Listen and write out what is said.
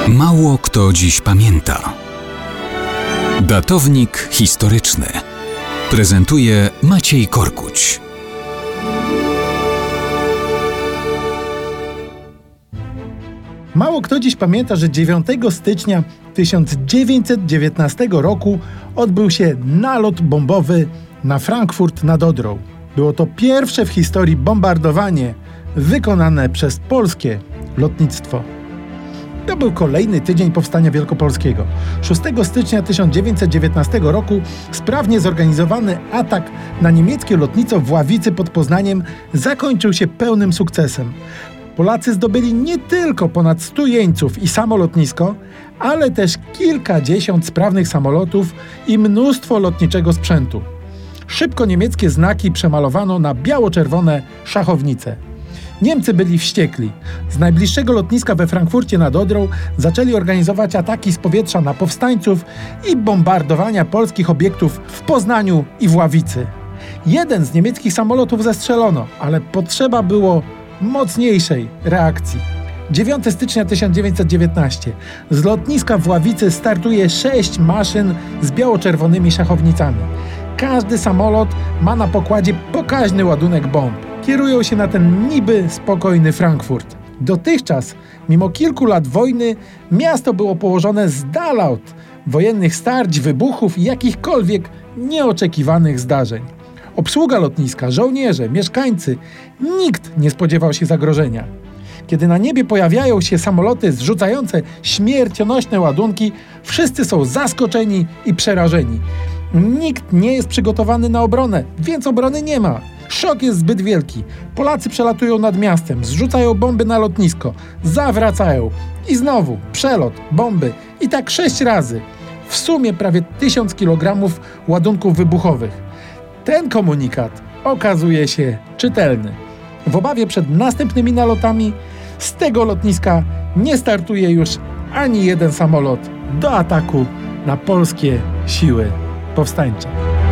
Mało kto dziś pamięta. Datownik historyczny prezentuje Maciej Korkuć. Mało kto dziś pamięta, że 9 stycznia 1919 roku odbył się nalot bombowy na Frankfurt nad Odrą. Było to pierwsze w historii bombardowanie wykonane przez polskie lotnictwo. To był kolejny tydzień powstania wielkopolskiego. 6 stycznia 1919 roku sprawnie zorganizowany atak na niemieckie lotnisko w Ławicy pod Poznaniem zakończył się pełnym sukcesem. Polacy zdobyli nie tylko ponad 100 jeńców i samo lotnisko, ale też kilkadziesiąt sprawnych samolotów i mnóstwo lotniczego sprzętu. Szybko niemieckie znaki przemalowano na biało-czerwone szachownice. Niemcy byli wściekli. Z najbliższego lotniska we Frankfurcie nad Odrą zaczęli organizować ataki z powietrza na powstańców i bombardowania polskich obiektów w Poznaniu i w Ławicy. Jeden z niemieckich samolotów zestrzelono, ale potrzeba było mocniejszej reakcji. 9 stycznia 1919. Z lotniska w Ławicy startuje 6 maszyn z biało-czerwonymi szachownicami. Każdy samolot ma na pokładzie pokaźny ładunek bomb. Kierują się na ten niby spokojny Frankfurt. Dotychczas, mimo kilku lat wojny, miasto było położone z dala od wojennych starć, wybuchów i jakichkolwiek nieoczekiwanych zdarzeń. Obsługa lotniska, żołnierze, mieszkańcy, nikt nie spodziewał się zagrożenia. Kiedy na niebie pojawiają się samoloty zrzucające śmiercionośne ładunki, wszyscy są zaskoczeni i przerażeni. Nikt nie jest przygotowany na obronę, więc obrony nie ma. Szok jest zbyt wielki. Polacy przelatują nad miastem, zrzucają bomby na lotnisko, zawracają i znowu przelot, bomby i tak 6 razy. W sumie prawie 1000 kg ładunków wybuchowych. Ten komunikat okazuje się czytelny. W obawie przed następnymi nalotami z tego lotniska nie startuje już ani jeden samolot do ataku na polskie siły powstańcze.